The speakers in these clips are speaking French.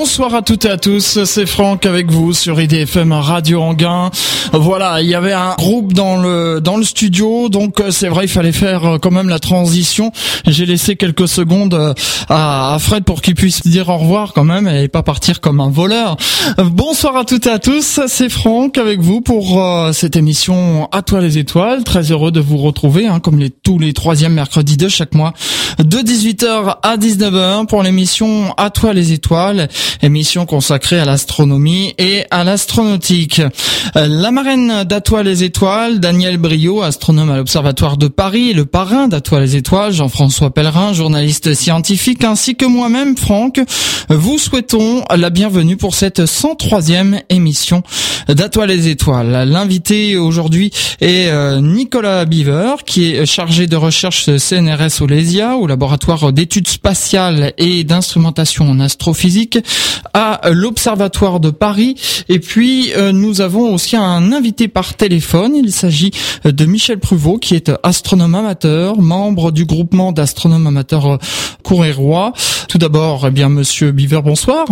Bonsoir à toutes et à tous, c'est Franck avec vous sur IDFM Radio Anguin. Voilà, il y avait un groupe dans le studio, donc c'est vrai, il fallait faire quand même la transition. J'ai laissé quelques secondes à Fred pour qu'il puisse dire au revoir quand même et pas partir comme un voleur. Bonsoir à toutes et à tous, c'est Franck avec vous pour cette émission À toi les étoiles. Très heureux de vous retrouver, comme tous les troisièmes mercredis de chaque mois, de 18h à 19h pour l'émission À toi les étoiles, émission consacrée à l'astronomie et à l'astronautique. La marraine d'À toi les étoiles, Daniel Briot, astronome à l'Observatoire de Paris, et le parrain d'À toi les étoiles, Jean-François Pellerin, journaliste scientifique, ainsi que moi-même, Franck, vous souhaitons la bienvenue pour cette 103e émission d'À toi les étoiles. L'invité aujourd'hui est Nicolas Beaver, qui est chargé de recherche CNRS au LESIA, au laboratoire d'études spatiales et d'instrumentation en astrophysique à l'Observatoire de Paris. Et puis nous avons aussi un invité par téléphone. Il s'agit de Michel Pruvot, qui est astronome amateur, membre du groupement d'astronomes amateurs Courrières-Roi. Tout d'abord, monsieur Beaver, bonsoir.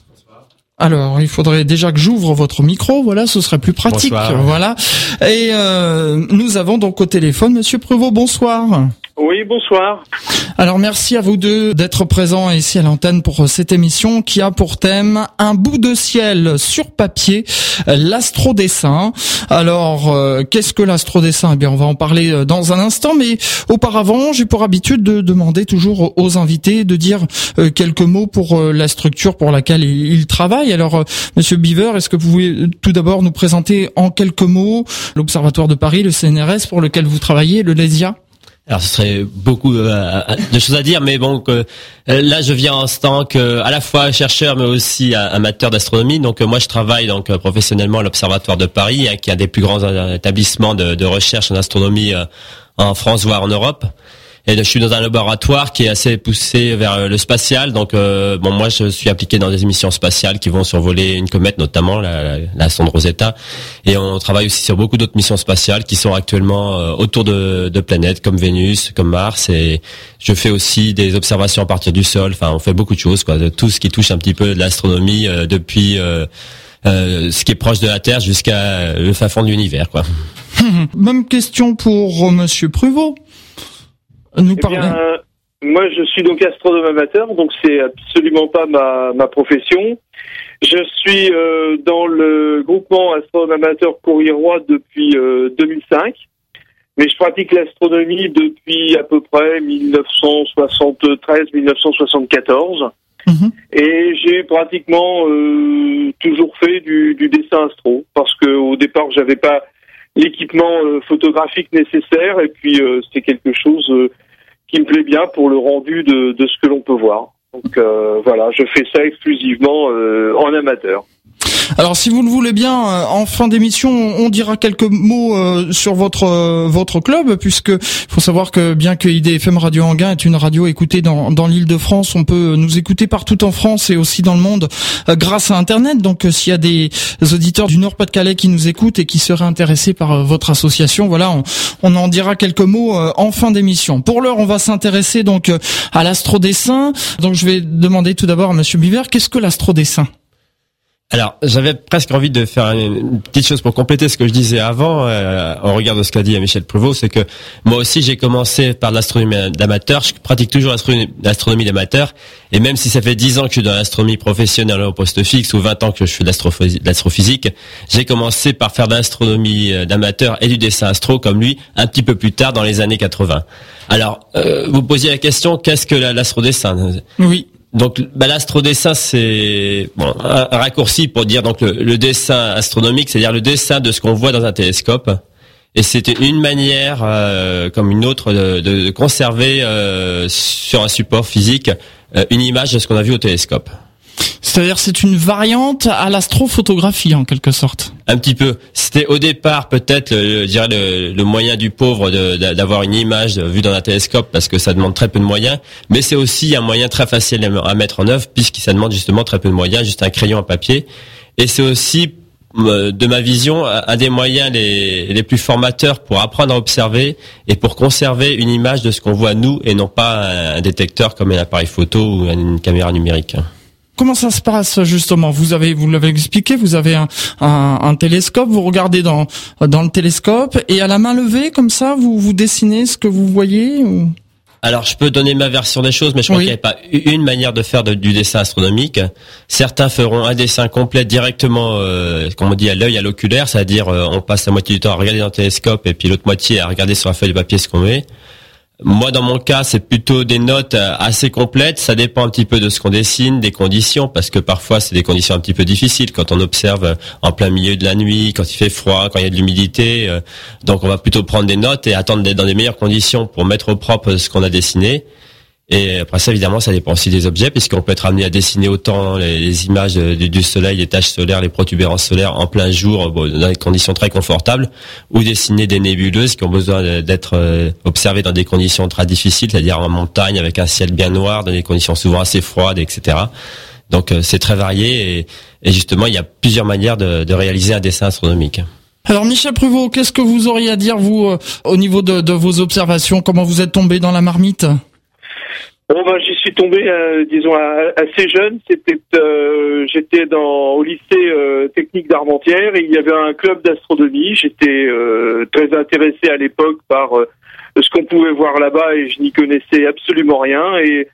Alors, il faudrait déjà que j'ouvre votre micro, voilà, ce serait plus pratique. Bonsoir. Voilà. Et nous avons donc au téléphone monsieur Pruvot, bonsoir. Oui, bonsoir. Alors, merci à vous deux d'être présents ici à l'antenne pour cette émission qui a pour thème un bout de ciel sur papier, l'astrodessin. Alors, qu'est-ce que l'astrodessin ? Eh bien, on va en parler dans un instant, mais auparavant, j'ai pour habitude de demander toujours aux invités de dire quelques mots pour la structure pour laquelle ils travaillent. Alors, monsieur Beaver, est-ce que vous pouvez tout d'abord nous présenter en quelques mots l'Observatoire de Paris, le CNRS pour lequel vous travaillez, le LESIA ? Alors ce serait beaucoup de choses à dire, mais bon, là je viens en tant que à la fois chercheur mais aussi amateur d'astronomie. Donc moi je travaille professionnellement à l'Observatoire de Paris, qui est un des plus grands établissements de recherche en astronomie en France voire en Europe. Et je suis dans un laboratoire qui est assez poussé vers le spatial. Donc moi je suis impliqué dans des émissions spatiales qui vont survoler une comète, notamment la sonde Rosetta. Et on travaille aussi sur beaucoup d'autres missions spatiales qui sont actuellement autour de planètes comme Vénus, comme Mars. Et je fais aussi des observations à partir du sol. Enfin, on fait beaucoup de choses, de tout ce qui touche un petit peu de l'astronomie depuis ce qui est proche de la Terre jusqu'à le fin fond de l'univers, Même question pour monsieur Pruvot. Moi, je suis donc astronome amateur, donc c'est absolument pas ma profession. Je suis dans le groupement astronome amateur Courrières-Roi depuis 2005, mais je pratique l'astronomie depuis à peu près 1973-1974, et j'ai pratiquement toujours fait du dessin astro, parce que au départ, j'avais pas l'équipement photographique nécessaire, et puis c'était quelque chose qui me plaît bien pour le rendu de ce que l'on peut voir. Donc voilà, je fais ça exclusivement en amateur. Alors, si vous le voulez bien, en fin d'émission, on dira quelques mots sur votre club, puisque faut savoir que bien que IDFM Radio Anguin est une radio écoutée dans l'Île-de-France, on peut nous écouter partout en France et aussi dans le monde grâce à Internet. Donc, s'il y a des auditeurs du Nord-Pas-de-Calais qui nous écoutent et qui seraient intéressés par votre association, voilà, on en dira quelques mots en fin d'émission. Pour l'heure, on va s'intéresser donc à l'astrodessin. Donc, je vais demander tout d'abord à monsieur Beaver, qu'est-ce que l'astrodessin ? Alors, j'avais presque envie de faire une petite chose pour compléter ce que je disais avant, en regard de ce qu'a dit Michel Pruvot, c'est que moi aussi j'ai commencé par l'astronomie d'amateur, je pratique toujours l'astronomie d'amateur, et même si ça fait 10 ans que je suis dans l'astronomie professionnelle au poste fixe, ou 20 ans que je fais de l'astrophysique, j'ai commencé par faire de l'astronomie d'amateur et du dessin astro comme lui, un petit peu plus tard dans les années 80. Alors, vous posiez la question, qu'est-ce que l'astrodessin ? Oui. Donc, l'astrodessin, c'est un raccourci pour dire donc le dessin astronomique, c'est-à-dire le dessin de ce qu'on voit dans un télescope. Et c'était une manière, comme une autre, de conserver sur un support physique une image de ce qu'on a vu au télescope. C'est-à-dire c'est une variante à l'astrophotographie en quelque sorte. Un petit peu. C'était au départ peut-être le moyen du pauvre d'avoir une image vue dans un télescope parce que ça demande très peu de moyens, mais c'est aussi un moyen très facile à mettre en œuvre puisque ça demande justement très peu de moyens, juste un crayon, un papier. Et c'est aussi, de ma vision, un des moyens les plus formateurs pour apprendre à observer et pour conserver une image de ce qu'on voit nous et non pas un détecteur comme un appareil photo ou une caméra numérique. Comment ça se passe justement? Vous l'avez expliqué, vous avez un télescope, vous regardez dans le télescope et à la main levée comme ça, vous dessinez ce que vous voyez ou... Alors, je peux donner ma version des choses, mais je crois qu'il n'y a pas une manière de faire du dessin astronomique. Certains feront un dessin complet directement, comme on dit, à l'œil, à l'oculaire, c'est-à-dire on passe la moitié du temps à regarder dans le télescope et puis l'autre moitié à regarder sur la feuille de papier ce qu'on met. Moi, dans mon cas, c'est plutôt des notes assez complètes. Ça dépend un petit peu de ce qu'on dessine, des conditions, parce que parfois, c'est des conditions un petit peu difficiles quand on observe en plein milieu de la nuit, quand il fait froid, quand il y a de l'humidité. Donc, on va plutôt prendre des notes et attendre d'être dans les meilleures conditions pour mettre au propre ce qu'on a dessiné. Et après ça, évidemment, ça dépend aussi des objets, puisqu'on peut être amené à dessiner autant les images du soleil, les taches solaires, les protubérances solaires en plein jour, dans des conditions très confortables, ou dessiner des nébuleuses qui ont besoin d'être observées dans des conditions très difficiles, c'est-à-dire en montagne, avec un ciel bien noir, dans des conditions souvent assez froides, etc. Donc c'est très varié, et justement, il y a plusieurs manières de réaliser un dessin astronomique. Alors Michel Pruvot, qu'est-ce que vous auriez à dire, vous, au niveau de vos observations? Comment vous êtes tombé dans la marmite? Bon, j'y suis tombé, disons, assez jeune. J'étais au lycée technique d'Armentières et il y avait un club d'astronomie. J'étais très intéressé à l'époque par ce qu'on pouvait voir là-bas et je n'y connaissais absolument rien. Et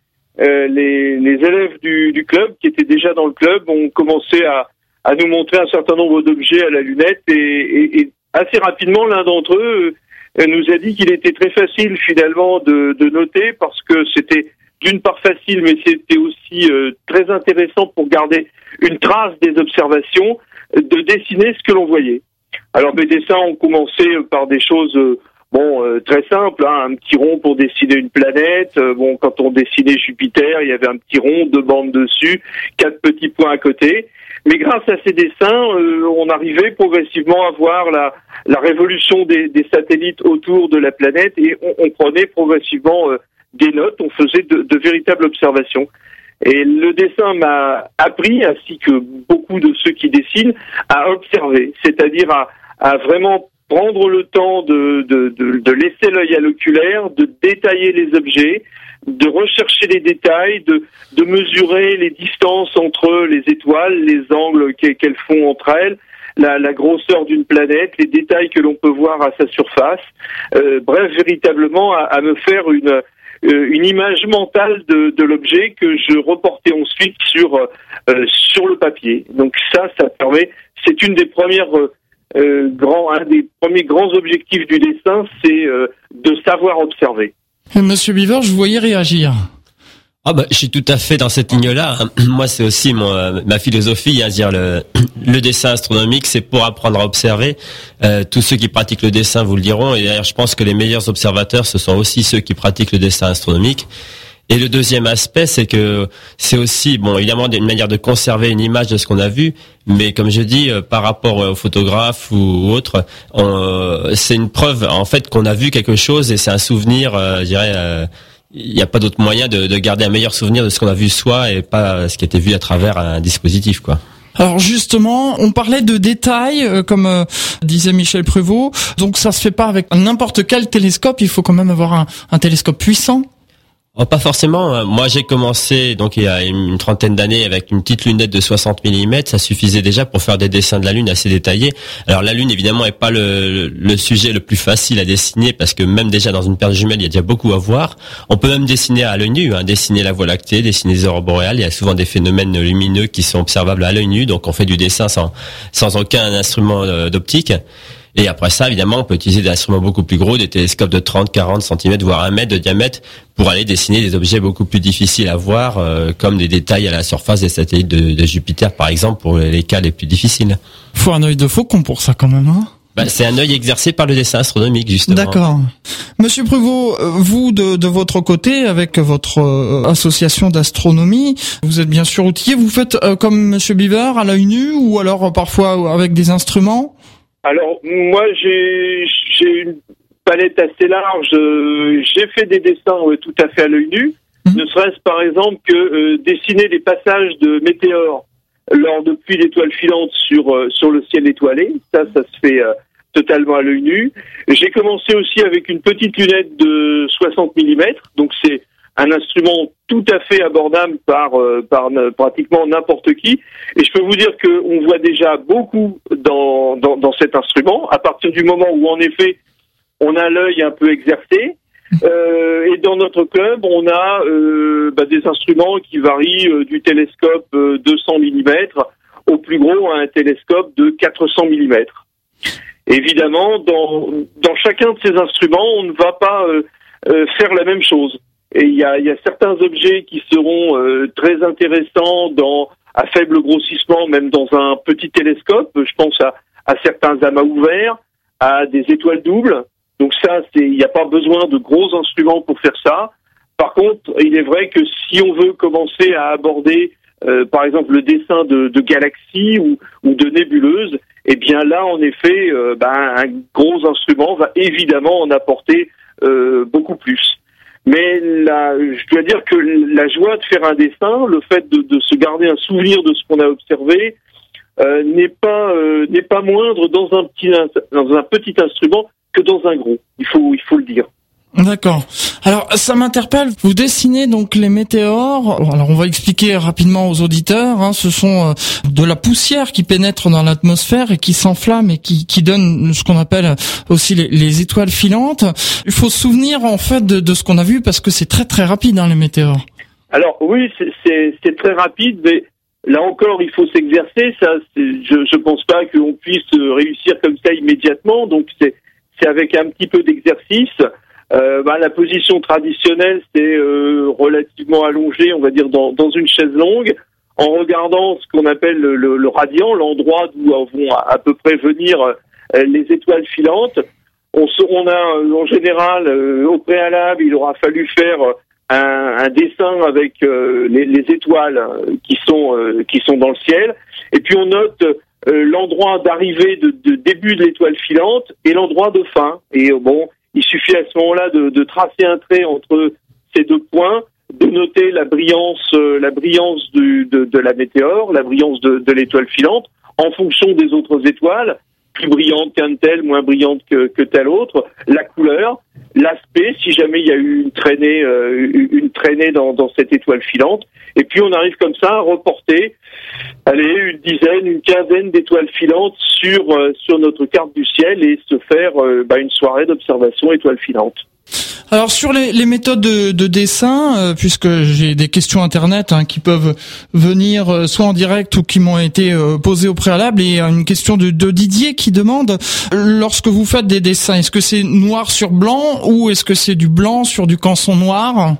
les élèves du club, qui étaient déjà dans le club, ont commencé à nous montrer un certain nombre d'objets à la lunette et assez rapidement, l'un d'entre eux nous a dit qu'il était très facile finalement de noter parce que c'était d'une part facile, mais c'était aussi très intéressant pour garder une trace des observations, de dessiner ce que l'on voyait. Alors mes dessins ont commencé par des choses très simples, un petit rond pour dessiner une planète. Quand on dessinait Jupiter, il y avait un petit rond, 2 bandes dessus, 4 petits points à côté. Mais grâce à ces dessins, on arrivait progressivement à voir la révolution des satellites autour de la planète et on prenait progressivement des notes, on faisait de véritables observations. Et le dessin m'a appris, ainsi que beaucoup de ceux qui dessinent, à observer, c'est-à-dire à vraiment prendre le temps de laisser l'œil à l'oculaire, de détailler les objets, de rechercher les détails, de mesurer les distances entre les étoiles, les angles qu'elles font entre elles, la grosseur d'une planète, les détails que l'on peut voir à sa surface. Bref, véritablement à me faire une image mentale de l'objet que je reportais ensuite sur le papier. Donc ça permet, c'est une des premières un des premiers grands objectifs du dessin, c'est de savoir observer. Monsieur Beaver, je vous voyais réagir. Je suis tout à fait dans cette ligne-là. Moi, c'est aussi ma philosophie, dire le dessin astronomique, c'est pour apprendre à observer. Tous ceux qui pratiquent le dessin vous le diront. Et d'ailleurs, je pense que les meilleurs observateurs, ce sont aussi ceux qui pratiquent le dessin astronomique. Et le deuxième aspect, c'est que c'est aussi, évidemment, une manière de conserver une image de ce qu'on a vu, mais comme je dis, par rapport aux photographes ou autres, c'est une preuve, en fait, qu'on a vu quelque chose et c'est un souvenir, je dirais, il n'y a pas d'autre moyen de garder un meilleur souvenir de ce qu'on a vu soi et pas ce qui a été vu à travers un dispositif, quoi. Alors justement, on parlait de détails, comme disait Michel Pruvot, donc ça se fait pas avec n'importe quel télescope, il faut quand même avoir un télescope puissant. Pas forcément. Moi, j'ai commencé donc il y a une trentaine d'années avec une petite lunette de 60 mm. Ça suffisait déjà pour faire des dessins de la Lune assez détaillés. Alors la Lune, évidemment, est pas le sujet le plus facile à dessiner parce que même déjà dans une paire de jumelles, il y a déjà beaucoup à voir. On peut même dessiner à l'œil nu, dessiner la Voie lactée, dessiner les aurores boréales. Il y a souvent des phénomènes lumineux qui sont observables à l'œil nu, donc on fait du dessin sans aucun instrument d'optique. Et après ça, évidemment, on peut utiliser des instruments beaucoup plus gros, des télescopes de 30, 40 cm, voire 1 mètre de diamètre, pour aller dessiner des objets beaucoup plus difficiles à voir, comme des détails à la surface des satellites de Jupiter, par exemple, pour les cas les plus difficiles. Faut un œil de faucon pour ça, quand même, c'est un œil exercé par le dessin astronomique, justement. D'accord. Monsieur Pruvot, vous, de votre côté, avec votre association d'astronomie, vous êtes bien sûr outillé. Vous faites comme Monsieur Beaver, à l'œil nu, ou alors parfois avec des instruments? Alors, moi, j'ai une palette assez large. J'ai fait des dessins tout à fait à l'œil nu. Ne serait-ce, par exemple, que dessiner les passages de météores lors de pluies d'étoiles filantes sur le ciel étoilé. Ça se fait totalement à l'œil nu. J'ai commencé aussi avec une petite lunette de 60 mm. Donc, c'est un instrument tout à fait abordable par pratiquement n'importe qui. Et je peux vous dire qu'on voit déjà beaucoup dans cet instrument, à partir du moment où, en effet, on a l'œil un peu exercé. Et dans notre club, on a des instruments qui varient du télescope 200 mm au plus gros à un télescope de 400 mm. Évidemment, dans chacun de ces instruments, on ne va pas faire la même chose. Et il y a certains objets qui seront très intéressants à faible grossissement, même dans un petit télescope. Je pense à certains amas ouverts, à des étoiles doubles. Donc ça, il n'y a pas besoin de gros instruments pour faire ça. Par contre, il est vrai que si on veut commencer à aborder, par exemple, le dessin de galaxies ou de nébuleuses, eh bien là, en effet, un gros instrument va évidemment en apporter beaucoup plus. Mais là, je dois dire que la joie de faire un dessin, le fait de se garder un souvenir de ce qu'on a observé, n'est pas moindre dans un petit instrument que dans un gros. Il faut le dire. D'accord. Alors, ça m'interpelle. Vous dessinez donc les météores. Alors, on va expliquer rapidement aux auditeurs. Ce sont de la poussière qui pénètre dans l'atmosphère et qui s'enflamme et qui donne ce qu'on appelle aussi les étoiles filantes. Il faut se souvenir en fait de ce qu'on a vu parce que c'est très très rapide les météores. Alors oui, c'est très rapide, mais là encore, il faut s'exercer. Ça, je pense pas qu'on puisse réussir comme ça immédiatement. Donc c'est avec un petit peu d'exercice. La position traditionnelle, c'est relativement allongé, on va dire dans une chaise longue, en regardant ce qu'on appelle le radiant, l'endroit d'où vont à peu près venir les étoiles filantes. On a en général au préalable, il aura fallu faire un dessin avec les étoiles qui sont dans le ciel, et puis on note l'endroit d'arrivée de début de l'étoile filante et l'endroit de fin. Et il suffit à ce moment-là de tracer un trait entre ces deux points, de noter la brillance de la météore, la brillance de l'étoile filante, en fonction des autres étoiles, plus brillante qu'un tel, moins brillante que telle autre, la couleur, l'aspect, si jamais il y a eu une traînée dans cette étoile filante, et puis on arrive comme ça à reporter, une dizaine, une quinzaine d'étoiles filantes sur notre carte du ciel et se faire une soirée d'observation étoiles filantes. Alors sur les méthodes de dessin, puisque j'ai des questions internet qui peuvent venir soit en direct ou qui m'ont été posées au préalable, et une question de Didier qui demande, lorsque vous faites des dessins, est-ce que c'est noir sur blanc ou est-ce que c'est du blanc sur du canson noir?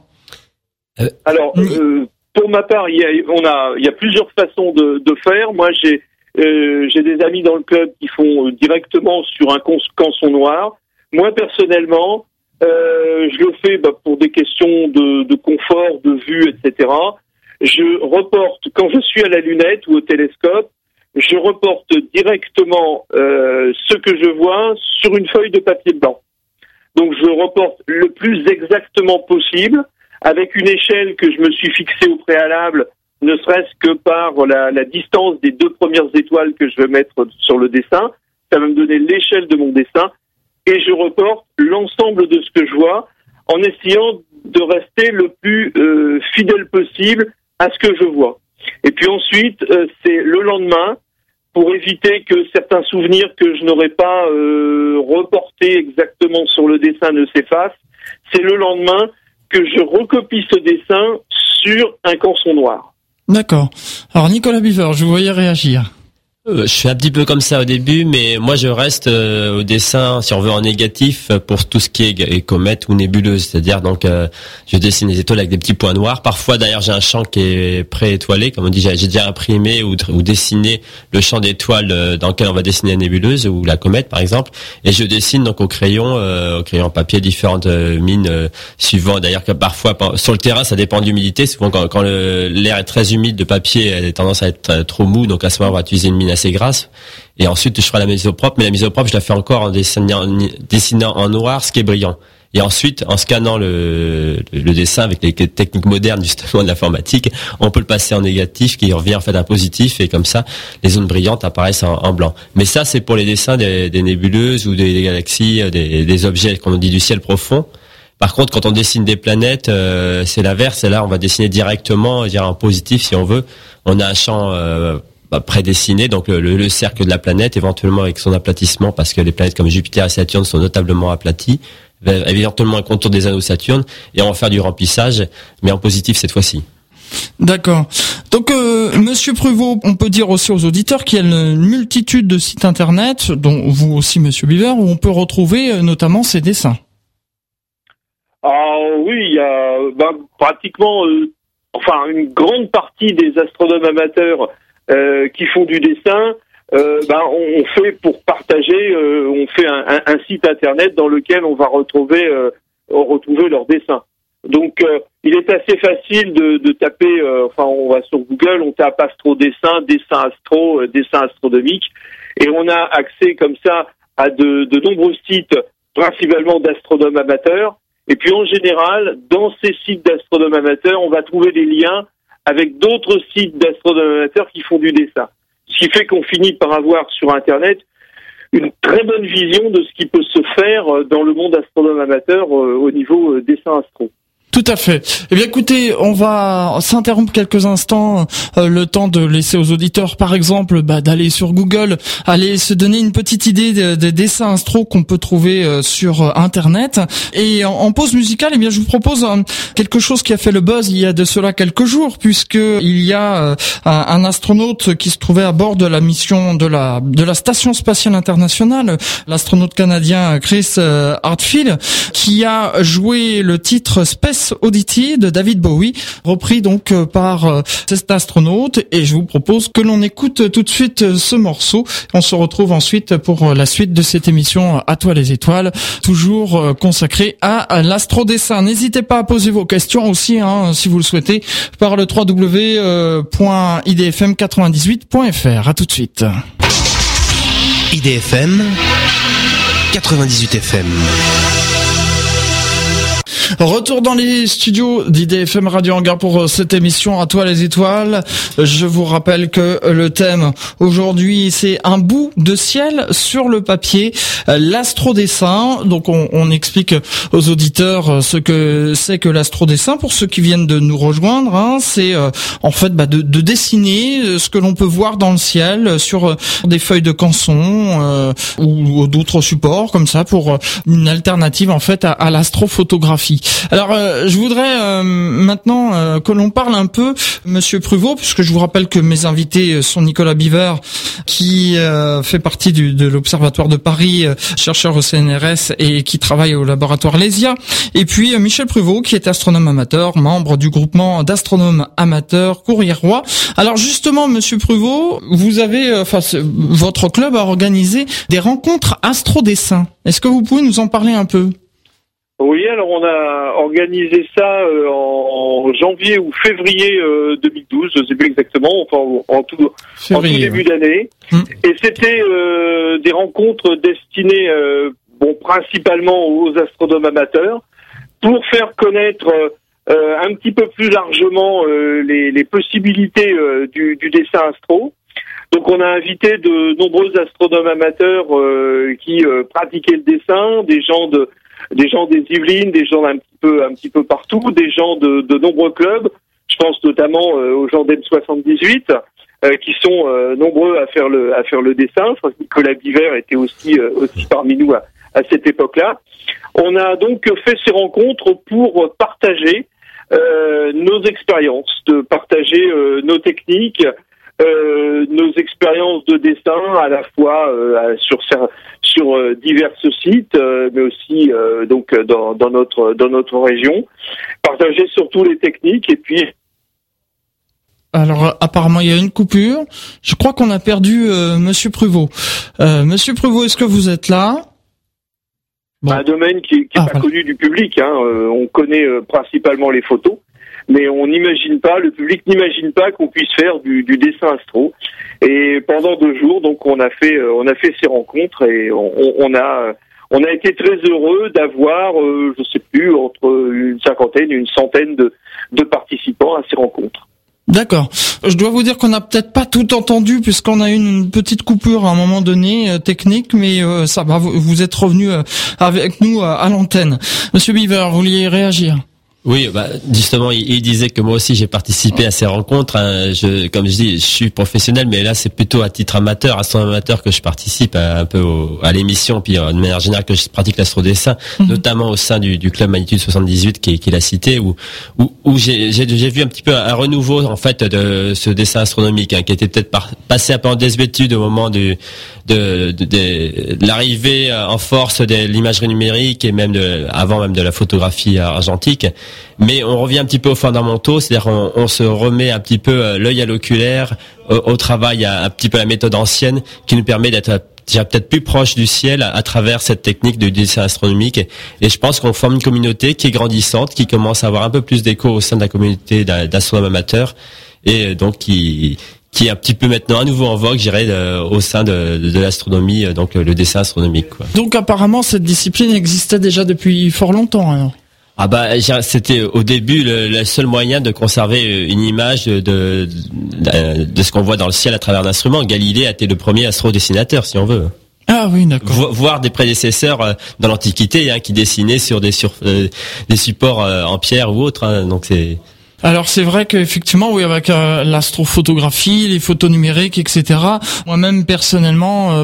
Alors pour ma part, il y a plusieurs façons de faire. Moi j'ai des amis dans le club qui font directement sur un canson noir. Moi personnellement, je le fais pour des questions de confort, de vue, etc. Je reporte, quand je suis à la lunette ou au télescope, je reporte directement ce que je vois sur une feuille de papier blanc. Donc je reporte le plus exactement possible, avec une échelle que je me suis fixée au préalable, ne serait-ce que par la distance des deux premières étoiles que je vais mettre sur le dessin. Ça va me donner l'échelle de mon dessin. Et je reporte l'ensemble de ce que je vois en essayant de rester le plus fidèle possible à ce que je vois. Et puis ensuite, c'est le lendemain, pour éviter que certains souvenirs que je n'aurais pas reportés exactement sur le dessin ne s'effacent, c'est le lendemain que je recopie ce dessin sur un canson noir. D'accord. Alors Nicolas Beaver, je vous voyais réagir. Je suis un petit peu comme ça au début, mais moi je reste au dessin, si on veut, en négatif pour tout ce qui est comète ou nébuleuse. C'est-à-dire donc je dessine les étoiles avec des petits points noirs. Parfois d'ailleurs j'ai un champ qui est pré-étoilé, comme on dit, j'ai déjà imprimé ou dessiné le champ d'étoiles dans lequel on va dessiner la nébuleuse ou la comète par exemple. Et je dessine donc au crayon papier différentes mines suivant. D'ailleurs que parfois sur le terrain ça dépend de l'humidité. Souvent quand l'air est très humide, le papier a tendance à être trop mou, donc à ce moment on va utiliser une mine assez grasse, et ensuite je ferai la mise au propre, mais la mise au propre je la fais encore en dessinant en noir ce qui est brillant, et ensuite en scannant le dessin avec les techniques modernes justement de l'informatique, on peut le passer en négatif qui revient en fait à positif, et comme ça les zones brillantes apparaissent en blanc. Mais ça c'est pour les dessins des nébuleuses ou des galaxies, des objets comme on dit du ciel profond. Par contre, quand on dessine des planètes, c'est l'inverse. Et là, on va dessiner directement, dire en positif si on veut. On a un champ prédessiné, donc le cercle de la planète, éventuellement avec son aplatissement, parce que les planètes comme Jupiter et Saturne sont notablement aplaties, éventuellement un contour des anneaux Saturne, et on va faire du remplissage, mais en positif cette fois-ci. D'accord. Donc, Monsieur Pruvot, on peut dire aussi aux auditeurs qu'il y a une multitude de sites internet, dont vous aussi, Monsieur Biver, où on peut retrouver notamment ces dessins. Ah oui, il y a pratiquement, une grande partie des astronomes amateurs qui font du dessin. On fait pour partager, on fait un site internet dans lequel on va retrouver leurs dessins. Donc, il est assez facile de taper. On va sur Google, on tape astrodessin, dessin astro, dessin astronomique, et on a accès comme ça à de nombreux sites, principalement d'astronomes amateurs. Et puis en général, dans ces sites d'astronomes amateurs, on va trouver des liens avec d'autres sites d'astronomes amateurs qui font du dessin. Ce qui fait qu'on finit par avoir sur Internet une très bonne vision de ce qui peut se faire dans le monde astronome amateur au niveau dessin astro. Tout à fait. Eh bien, écoutez, on va s'interrompre quelques instants, le temps de laisser aux auditeurs, par exemple, d'aller sur Google, aller se donner une petite idée des dessins astro qu'on peut trouver sur Internet. Et en pause musicale, eh bien, je vous propose quelque chose qui a fait le buzz il y a de cela quelques jours, puisque il y a un astronaute qui se trouvait à bord de la mission de la Station spatiale internationale, l'astronaute canadien Chris Hadfield, qui a joué le titre Space Oddity de David Bowie, repris donc par cet astronaute, et je vous propose que l'on écoute tout de suite ce morceau. On se retrouve ensuite pour la suite de cette émission À toi les étoiles, toujours consacrée à l'astrodessin. N'hésitez pas à poser vos questions aussi, si vous le souhaitez, par le www.idfm98.fr. À tout de suite. IDFM 98 FM. Retour dans les studios d'IDFM Radio Hangar pour cette émission À toi les étoiles. Je vous rappelle que le thème aujourd'hui, c'est un bout de ciel sur le papier, l'astrodessin. Donc on explique aux auditeurs ce que c'est que l'astrodessin. Pour ceux qui viennent de nous rejoindre, c'est en fait de dessiner ce que l'on peut voir dans le ciel sur des feuilles de canson ou d'autres supports comme ça, pour une alternative en fait à l'astrophotographie. Alors, je voudrais maintenant que l'on parle un peu, Monsieur Pruvot, puisque je vous rappelle que mes invités sont Nicolas Biver, qui fait partie de l'Observatoire de Paris, chercheur au CNRS et qui travaille au laboratoire LESIA, et puis Michel Pruvot, qui est astronome amateur, membre du groupement d'astronomes amateurs Courrières-Roi. Alors justement, Monsieur Pruvot, vous avez, votre club a organisé des rencontres astrodessins. Est-ce que vous pouvez nous en parler un peu ? Oui, alors on a organisé ça en janvier ou février 2012, je ne sais plus exactement, en tout début d'année. Et c'était des rencontres destinées principalement aux astronomes amateurs pour faire connaître un petit peu plus largement les possibilités du dessin astro. Donc on a invité de nombreux astronomes amateurs qui pratiquaient le dessin, des gens des Yvelines, des gens un petit peu partout, des gens de nombreux clubs. Je pense notamment aux gens d'M78 qui sont nombreux à faire le dessin. Je crois que Nicolas Biver était aussi parmi nous à cette époque-là. On a donc fait ces rencontres pour partager nos expériences, de partager nos techniques, nos expériences de dessin à la fois sur divers sites, mais aussi dans notre région. Partager surtout les techniques et puis. Alors apparemment il y a une coupure. Je crois qu'on a perdu Monsieur Pruvot. Monsieur Pruvot, est-ce que vous êtes là ? Bon. Un domaine qui est pas connu du public. On connaît principalement les photos. Mais le public n'imagine pas qu'on puisse faire du dessin astro. Et pendant 2 jours, donc on a fait ces rencontres et on a été très heureux d'avoir, je sais plus, entre une cinquantaine et une centaine de participants à ces rencontres. D'accord. Je dois vous dire qu'on n'a peut-être pas tout entendu puisqu'on a eu une petite coupure à un moment donné technique, mais ça va. Vous êtes revenu avec nous à l'antenne. Monsieur Beaver, vous vouliez réagir? Oui, justement, il disait que moi aussi j'ai participé à ces rencontres. Hein. Comme je dis, je suis professionnel, mais là c'est plutôt à titre amateur, amateur que je participe un peu à l'émission, puis de manière générale que je pratique l'astrodessin, notamment au sein du club Magnitude 78 qu'il a cité, où j'ai vu un petit peu un renouveau en fait de ce dessin astronomique, hein, qui était peut-être passé un peu en désuétude au moment de l'arrivée en force de l'imagerie numérique et même avant de la photographie argentique. Mais on revient un petit peu aux fondamentaux, c'est-à-dire on se remet un petit peu l'œil à l'oculaire, au travail un petit peu la méthode ancienne qui nous permet d'être déjà peut-être plus proche du ciel à travers cette technique de dessin astronomique. Et je pense qu'on forme une communauté qui est grandissante, qui commence à avoir un peu plus d'écho au sein de la communauté d'astronomes amateurs et donc qui est un petit peu maintenant à nouveau en vogue, je dirais, au sein de l'astronomie, donc le dessin astronomique, quoi. Donc apparemment cette discipline existait déjà depuis fort longtemps, alors. Ah c'était au début le seul moyen de conserver une image de ce qu'on voit dans le ciel à travers l'instrument. Galilée a été le premier astrodessinateur, si on veut. Ah oui, d'accord. Voir des prédécesseurs dans l'Antiquité, hein, qui dessinaient sur des supports en pierre ou autre, hein, donc c'est... Alors c'est vrai qu'effectivement, oui, avec l'astrophotographie, les photos numériques, etc. Moi-même personnellement,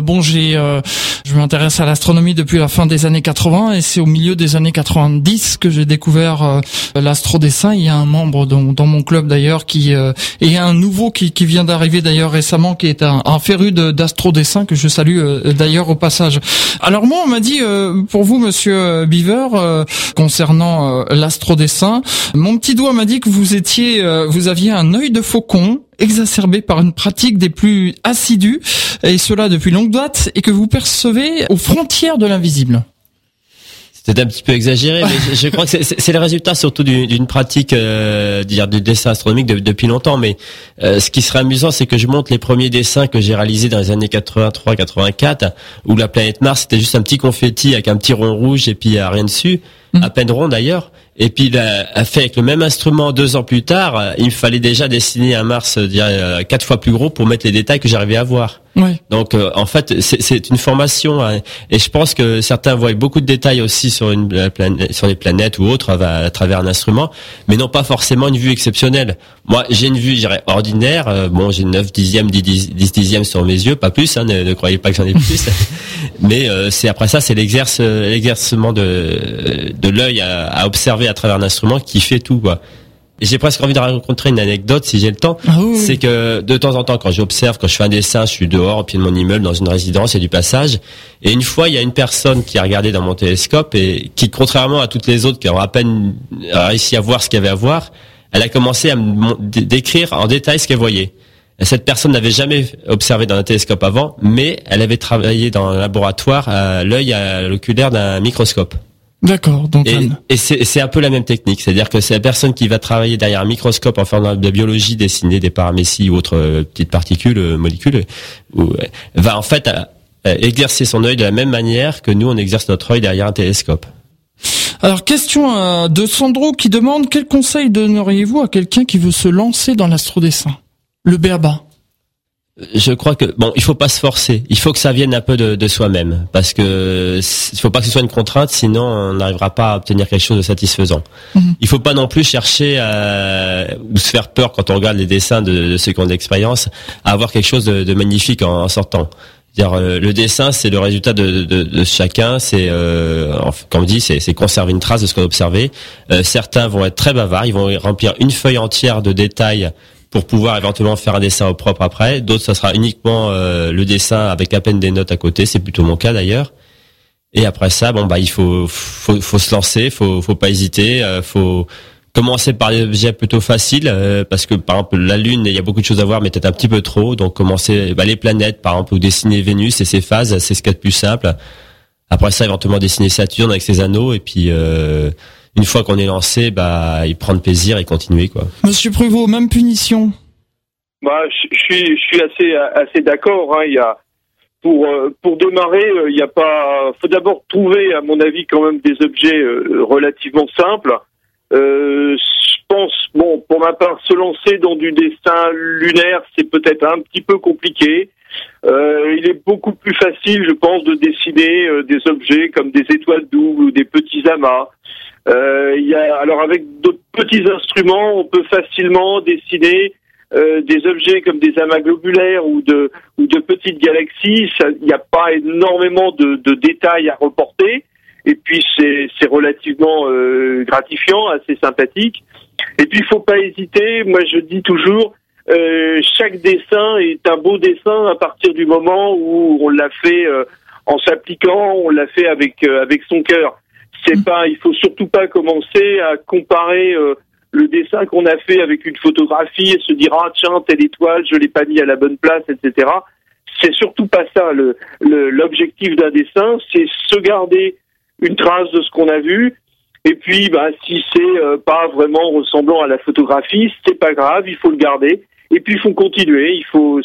je m'intéresse à l'astronomie depuis la fin des années 80 et c'est au milieu des années 90 que j'ai découvert l'astrodessin. Il y a un membre dans mon club d'ailleurs et un nouveau qui vient d'arriver d'ailleurs récemment, qui est un féru d'astrodessin que je salue d'ailleurs au passage. Alors moi, on m'a dit pour vous, Monsieur Beaver, concernant l'astrodessin, mon petit doigt m'a dit que vous aviez un œil de faucon exacerbé par une pratique des plus assidus, et cela depuis longue date, et que vous percevez aux frontières de l'invisible. C'est un petit peu exagéré, mais je crois que c'est le résultat surtout d'une pratique du dessin astronomique depuis longtemps. Mais ce qui serait amusant, c'est que je montre les premiers dessins que j'ai réalisés dans les années 83-84, où la planète Mars c'était juste un petit confetti avec un petit rond rouge et puis rien dessus, à peine rond d'ailleurs. Et puis a fait avec le même instrument 2 ans plus tard, il me fallait déjà dessiner un Mars 4 fois plus gros pour mettre les détails que j'arrivais à voir. Ouais. Donc en fait c'est une formation, hein, et je pense que certains voient beaucoup de détails aussi sur les planètes ou autres à travers un instrument, mais non pas forcément une vue exceptionnelle. Moi j'ai une vue, je dirais, ordinaire. J'ai 9 dixièmes, 10 dixièmes sur mes yeux, pas plus, hein, ne croyez pas que j'en ai plus. Mais c'est après ça, c'est l'exercement de l'œil à observer à travers un instrument qui fait tout, quoi. Et j'ai presque envie de raconter une anecdote si j'ai le temps. Ah oui. C'est que de temps en temps, quand j'observe, quand je fais un dessin, je suis dehors au pied de mon immeuble dans une résidence, il y a du passage. Et une fois, il y a une personne qui a regardé dans mon télescope et qui, contrairement à toutes les autres qui ont à peine réussi à voir ce qu'il y avait à voir, elle a commencé à me décrire en détail ce qu'elle voyait. Cette personne n'avait jamais observé dans un télescope avant, mais elle avait travaillé dans un laboratoire à l'œil à l'oculaire d'un microscope. D'accord. Donc et c'est un peu la même technique, c'est-à-dire que c'est la personne qui va travailler derrière un microscope en faisant de la biologie, dessiner des paramécies ou autres petites particules, molécules, va en fait exercer son œil de la même manière que nous on exerce notre œil derrière un télescope. Alors question de Sandro qui demande: quel conseil donneriez-vous à quelqu'un qui veut se lancer dans l'astrodessin? Le b.a.-ba. Je crois que il faut pas se forcer. Il faut que ça vienne un peu de soi-même, parce que il faut pas que ce soit une contrainte, sinon on n'arrivera pas à obtenir quelque chose de satisfaisant. Il faut pas non plus chercher ou se faire peur quand on regarde les dessins de ceux qui ont de l'expérience, à avoir quelque chose de magnifique en sortant. Le dessin, c'est le résultat de chacun. C'est, comme on dit, c'est conserver une trace de ce qu'on a observé. Certains vont être très bavards, ils vont remplir une feuille entière de détails pour pouvoir éventuellement faire un dessin au propre après. D'autres, ça sera uniquement le dessin avec à peine des notes à côté. C'est plutôt mon cas d'ailleurs. Et après ça, il faut se lancer, faut pas hésiter, faut commencer par des objets plutôt faciles, parce que par exemple la Lune, il y a beaucoup de choses à voir, mais peut-être un petit peu trop. Donc commencer les planètes, par exemple, ou dessiner Vénus et ses phases, c'est ce qu'il y a de plus simple. Après ça, éventuellement dessiner Saturne avec ses anneaux, et puis une fois qu'on est lancé, il prendre plaisir et continuer, quoi. Monsieur Prévost, même punition. Je suis assez d'accord, hein. Il y a pour démarrer, il y a pas. Faut d'abord trouver, à mon avis, quand même des objets relativement simples. pense, bon, pour ma part, se lancer dans du dessin lunaire, c'est peut-être un petit peu compliqué. Il est beaucoup plus facile, je pense, de dessiner des objets comme des étoiles doubles ou des petits amas. Alors avec d'autres petits instruments, on peut facilement dessiner des objets comme des amas globulaires ou de petites galaxies. Il n'y a pas énormément de détails à reporter. Et puis c'est relativement gratifiant, assez sympathique. Et puis il faut pas hésiter. Moi je dis toujours, chaque dessin est un beau dessin à partir du moment où on l'a fait en s'appliquant, on l'a fait avec son cœur. C'est pas, il faut surtout pas commencer à comparer le dessin qu'on a fait avec une photographie et se dire ah tiens telle étoile je l'ai pas mis à la bonne place, etc. C'est surtout pas ça l'objectif d'un dessin, c'est se garder une trace de ce qu'on a vu. Et puis, si c'est pas vraiment ressemblant à la photographie, c'est pas grave, il faut le garder. Et puis, il faut continuer.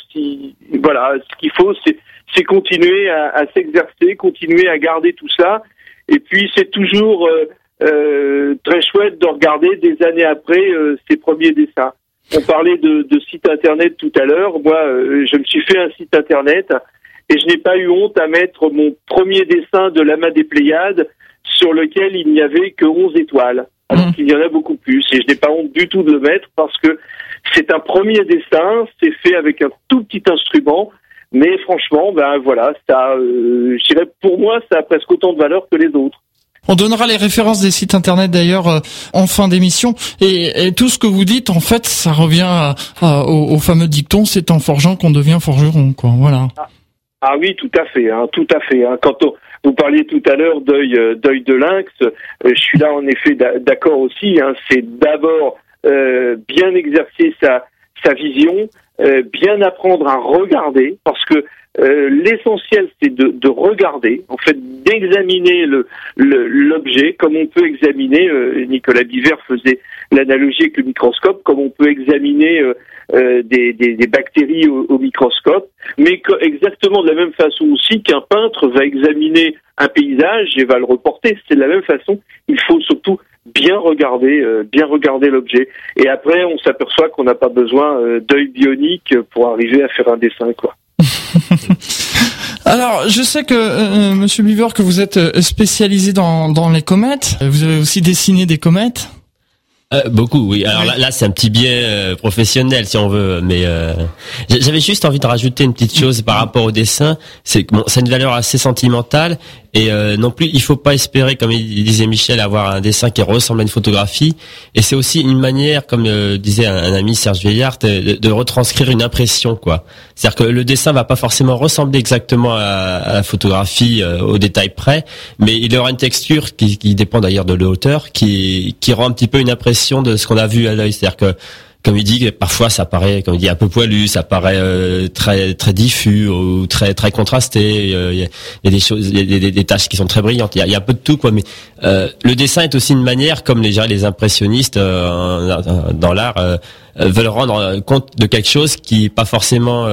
Ce qu'il faut, c'est continuer à s'exercer, continuer à garder tout ça. Et puis, c'est toujours très chouette de regarder des années après ses premiers dessins. On parlait de site internet tout à l'heure. Moi, je me suis fait un site internet. Et je n'ai pas eu honte à mettre mon premier dessin de l'amas des Pléiades sur lequel il n'y avait que 11 étoiles, alors qu'il y en a beaucoup plus. Et je n'ai pas honte du tout de le mettre parce que c'est un premier dessin, c'est fait avec un tout petit instrument, mais franchement, ça, je dirais pour moi, ça a presque autant de valeur que les autres. On donnera les références des sites internet d'ailleurs en fin d'émission et tout ce que vous dites en fait ça revient au fameux dicton c'est en forgeant qu'on devient forgeron quoi, voilà. Ah oui, tout à fait. Quand vous parliez tout à l'heure d'œil de lynx, je suis là en effet d'accord aussi. C'est d'abord bien exercer sa vision, bien apprendre à regarder, parce que l'essentiel c'est de regarder, en fait d'examiner l'objet comme on peut examiner. Nicolas Biver faisait l'analogie avec le microscope, comme on peut examiner des bactéries au microscope, mais exactement de la même façon aussi qu'un peintre va examiner un paysage et va le reporter. C'est de la même façon. Il faut surtout bien regarder l'objet. Et après, on s'aperçoit qu'on n'a pas besoin d'œil bionique pour arriver à faire un dessin, quoi. Alors, je sais que Monsieur Biver, que vous êtes spécialisé dans les comètes. Vous avez aussi dessiné des comètes. Beaucoup, oui. Alors là c'est un petit biais professionnel, si on veut, mais j'avais juste envie de rajouter une petite chose par rapport au dessin. C'est que ça a une valeur assez sentimentale et non plus, il faut pas espérer, comme il disait Michel, avoir un dessin qui ressemble à une photographie. Et c'est aussi une manière, comme disait un ami Serge Vieillard, de retranscrire une impression, quoi. C'est-à-dire que le dessin va pas forcément ressembler exactement à la photographie au détail près, mais il aura une texture qui dépend d'ailleurs de l'auteur, qui rend un petit peu une impression de ce qu'on a vu à l'œil. C'est-à-dire que, comme il dit, parfois ça paraît, comme il dit, un peu poilu, ça paraît très très diffus ou très très contrasté. Il y a des choses, il y a des taches qui sont très brillantes. Il y a un peu de tout, quoi. Mais le dessin est aussi une manière, comme les impressionnistes dans l'art veulent rendre compte de quelque chose qui est pas forcément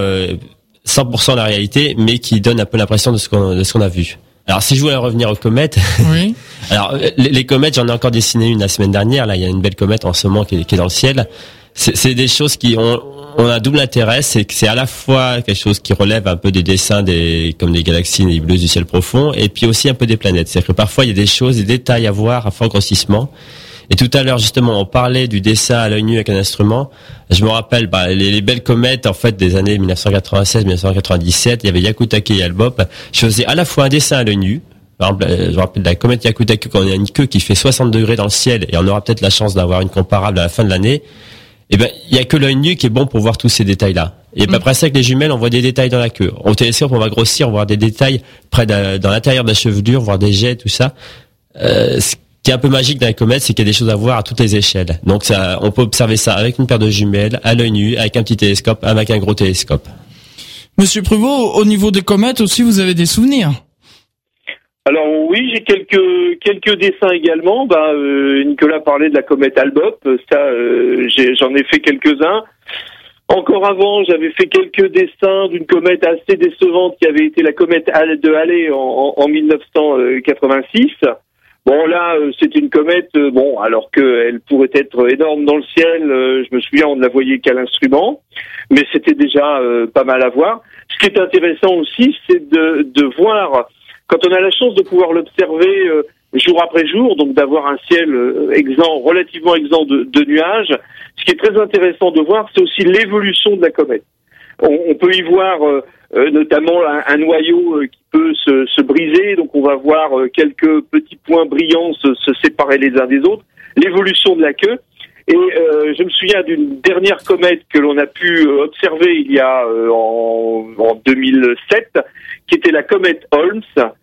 100% la réalité, mais qui donne un peu l'impression de ce qu'on a vu. Alors, si je voulais revenir aux comètes, oui. Alors les comètes, j'en ai encore dessiné une la semaine dernière. Là, il y a une belle comète en ce moment qui est dans le ciel. C'est des choses qui ont un double intérêt, c'est que c'est à la fois quelque chose qui relève un peu des dessins comme des galaxies nébuleuses du ciel profond, et puis aussi un peu des planètes. C'est-à-dire que parfois il y a des choses, des détails à voir à fort grossissement. Et tout à l'heure, justement, on parlait du dessin à l'œil nu avec un instrument. Je me rappelle, les belles comètes, en fait, des années 1996-1997, il y avait Hyakutake et Hale-Bopp. Je faisais à la fois un dessin à l'œil nu. Par exemple, je me rappelle de la comète Hyakutake, quand on a une queue qui fait 60 degrés dans le ciel, et on aura peut-être la chance d'avoir une comparable à la fin de l'année. Eh ben, il y a que l'œil nu qui est bon pour voir tous ces détails-là. Et après ça, avec les jumelles, on voit des détails dans la queue. Au télescope, on va grossir, on va voir des détails dans l'intérieur de la chevelure, voir des jets, tout ça. Ce qui est un peu magique dans la comète, c'est qu'il y a des choses à voir à toutes les échelles. Donc ça, on peut observer ça avec une paire de jumelles, à l'œil nu, avec un petit télescope, avec un gros télescope. Monsieur Pruvot, au niveau des comètes aussi, vous avez des souvenirs? Alors oui, j'ai quelques dessins également. Nicolas parlait de la comète Hale-Bopp, j'en ai fait quelques-uns. Encore avant, j'avais fait quelques dessins d'une comète assez décevante qui avait été la comète de Halley en 1986. Bon, là, c'est une comète, alors qu'elle pourrait être énorme dans le ciel, je me souviens, on ne la voyait qu'à l'instrument, mais c'était déjà pas mal à voir. Ce qui est intéressant aussi, c'est de voir, quand on a la chance de pouvoir l'observer jour après jour, donc d'avoir un ciel relativement exempt de nuages, ce qui est très intéressant de voir, c'est aussi l'évolution de la comète. On peut y voir notamment un noyau qui peut se briser, donc on va voir quelques petits points brillants se séparer les uns des autres, l'évolution de la queue. Et je me souviens d'une dernière comète que l'on a pu observer il y a en 2007, qui était la comète Holmes.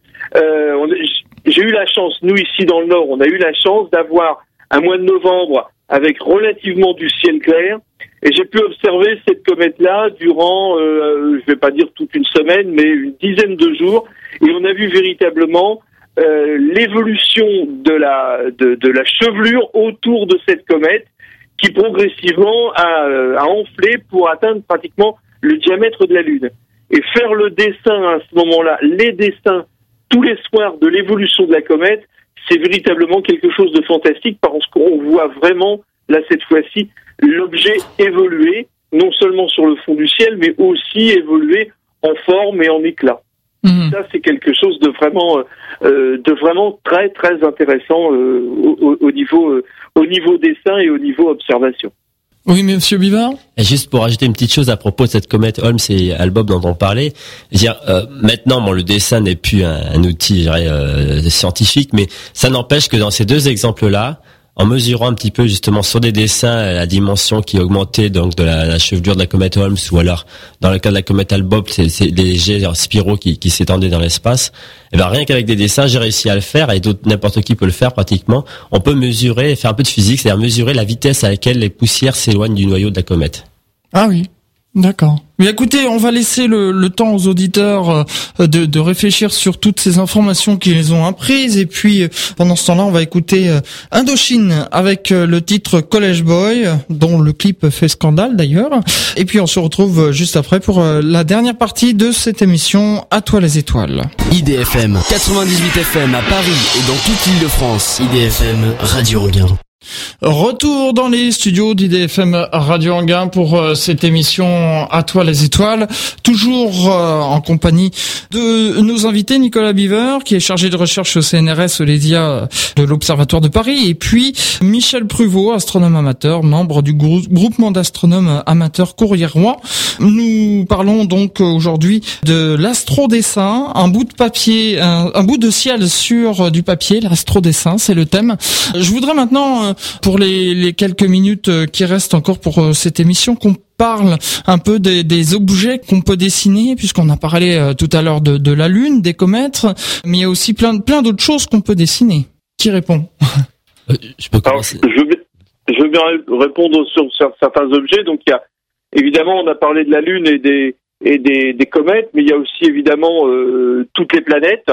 J'ai eu la chance, nous ici dans le Nord, on a eu la chance d'avoir un mois de novembre avec relativement du ciel clair, et j'ai pu observer cette comète-là durant, je vais pas dire toute une semaine, mais une dizaine de jours, et on a vu véritablement l'évolution de la chevelure autour de cette comète, qui progressivement a enflé pour atteindre pratiquement le diamètre de la Lune. Et faire le dessin à ce moment-là, les dessins tous les soirs de l'évolution de la comète, c'est véritablement quelque chose de fantastique parce qu'on voit vraiment, là cette fois-ci, l'objet évoluer, non seulement sur le fond du ciel, mais aussi évoluer en forme et en éclat. Ça, c'est quelque chose de vraiment très très intéressant au niveau dessin et au niveau observation. Oui, monsieur Bivard. Et juste pour ajouter une petite chose à propos de cette comète Holmes et Albob dont on parlait, maintenant, le dessin n'est plus un outil, je dirais, scientifique, mais ça n'empêche que dans ces deux exemples-là, en mesurant un petit peu justement sur des dessins la dimension qui augmentait donc de la chevelure de la comète Holmes, ou alors dans le cas de la comète Albob, c'est des jets spiraux qui s'étendaient dans l'espace. Et ben rien qu'avec des dessins, j'ai réussi à le faire, et n'importe qui peut le faire pratiquement. On peut mesurer, faire un peu de physique, c'est-à-dire mesurer la vitesse à laquelle les poussières s'éloignent du noyau de la comète. Ah oui. D'accord. Mais écoutez, on va laisser le temps aux auditeurs de réfléchir sur toutes ces informations qu'ils ont apprises, et puis pendant ce temps-là, on va écouter Indochine avec le titre College Boy, dont le clip fait scandale d'ailleurs. Et puis on se retrouve juste après pour la dernière partie de cette émission À toi les étoiles. IDFM 98 FM à Paris et dans toute l'Île-de-France. IDFM Radio Anguin. Retour dans les studios d'IDFM Radio Anguin pour cette émission À toi les étoiles, toujours en compagnie de nos invités, Nicolas Biver qui est chargé de recherche au CNRS Olésia de l'Observatoire de Paris, et puis Michel Pruvot, astronome amateur, membre du groupement d'astronomes amateurs Courrières-Rouen. Nous parlons donc aujourd'hui de l'astrodessin, un bout de papier, un bout de ciel sur du papier, l'astrodessin, c'est le thème. Je voudrais maintenant, pour les quelques minutes qui restent encore pour cette émission, qu'on parle un peu des objets qu'on peut dessiner, puisqu'on a parlé tout à l'heure de la Lune, des comètes, mais il y a aussi plein d'autres choses qu'on peut dessiner. Qui répond? Je peux commencer. Alors, je veux bien répondre sur certains objets. Donc il y a évidemment, on a parlé de la Lune et des comètes, mais il y a aussi évidemment toutes les planètes.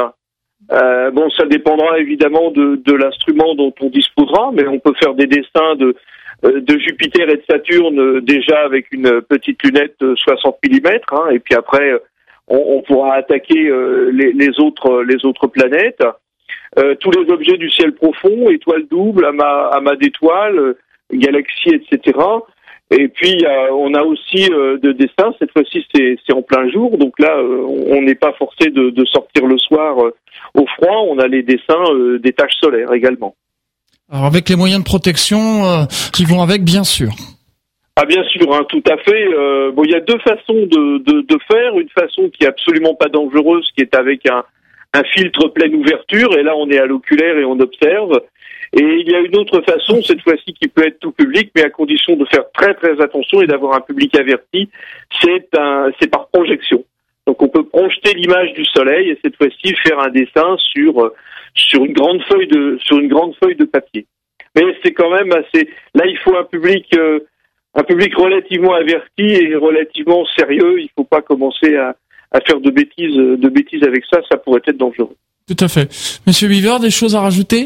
Ça dépendra évidemment de l'instrument dont on disposera, mais on peut faire des dessins de Jupiter et de Saturne déjà avec une petite lunette 60 mm, et puis après on pourra attaquer les autres planètes. Tous les objets du ciel profond, étoiles doubles, amas d'étoiles, galaxies, etc. Et puis on a aussi de dessins. Cette fois-ci c'est en plein jour, donc là on n'est pas forcé de sortir le soir au froid. On a les dessins des taches solaires également. Alors avec les moyens de protection qui vont avec, bien sûr. Ah bien sûr, tout à fait. Il y a deux façons de faire. Une façon qui est absolument pas dangereuse, qui est avec un filtre pleine ouverture, et là on est à l'oculaire et on observe. Et il y a une autre façon, cette fois-ci, qui peut être tout public, mais à condition de faire très très attention et d'avoir un public averti, c'est par projection. Donc on peut projeter l'image du soleil et cette fois-ci faire un dessin sur une grande feuille de papier. Mais c'est quand même assez. Là, il faut un public relativement averti et relativement sérieux. Il faut pas commencer à faire de bêtises avec ça. Ça pourrait être dangereux. Tout à fait. Monsieur Biver, des choses à rajouter?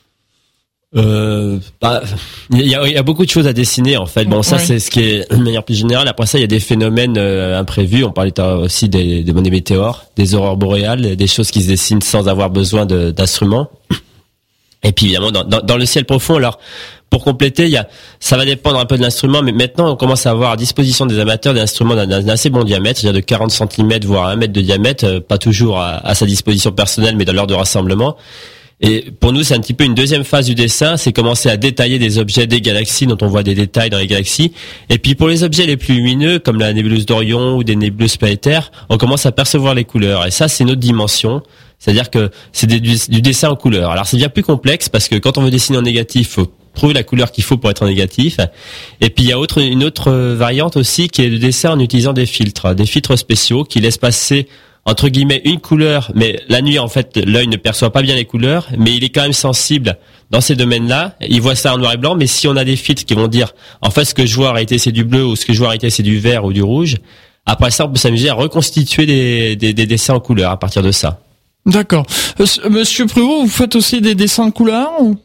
Il y a beaucoup de choses à dessiner en fait. Bon, ça c'est ce qui est de manière plus générale. Après ça, il y a des phénomènes imprévus. On parlait aussi des météores, des aurores boréales, des choses qui se dessinent sans avoir besoin d'instruments. Et puis évidemment dans le ciel profond, alors pour compléter, ça va dépendre un peu de l'instrument, mais maintenant on commence à avoir à disposition des amateurs des instruments d'un assez bon diamètre, c'est-à-dire de 40 cm voire 1 mètre de diamètre, pas toujours à sa disposition personnelle, mais dans l'heure de rassemblement. Et pour nous, c'est un petit peu une deuxième phase du dessin, c'est commencer à détailler des objets des galaxies dont on voit des détails dans les galaxies. Et puis pour les objets les plus lumineux, comme la nébuleuse d'Orion ou des nébuleuses planétaires, on commence à percevoir les couleurs. Et ça, c'est notre dimension. C'est-à-dire que c'est du dessin en couleur. Alors c'est bien plus complexe parce que quand on veut dessiner en négatif, faut trouver la couleur qu'il faut pour être en négatif. Et puis il y a une autre variante aussi qui est le dessin en utilisant des filtres spéciaux qui laissent passer entre guillemets une couleur, mais la nuit en fait l'œil ne perçoit pas bien les couleurs, mais il est quand même sensible dans ces domaines-là. Il voit ça en noir et blanc, mais si on a des filtres qui vont dire en fait ce que je vois en réalité c'est du bleu ou ce que je vois en réalité c'est du vert ou du rouge, après ça on peut s'amuser à reconstituer des dessins en couleur à partir de ça. D'accord. Monsieur Prévost, vous faites aussi des dessins de couleurs ou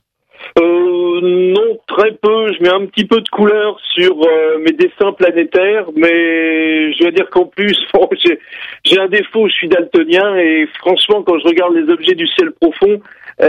Non, très peu. Je mets un petit peu de couleur sur mes dessins planétaires, mais je dois dire qu'en plus, bon, j'ai un défaut, je suis daltonien, et franchement, quand je regarde les objets du ciel profond,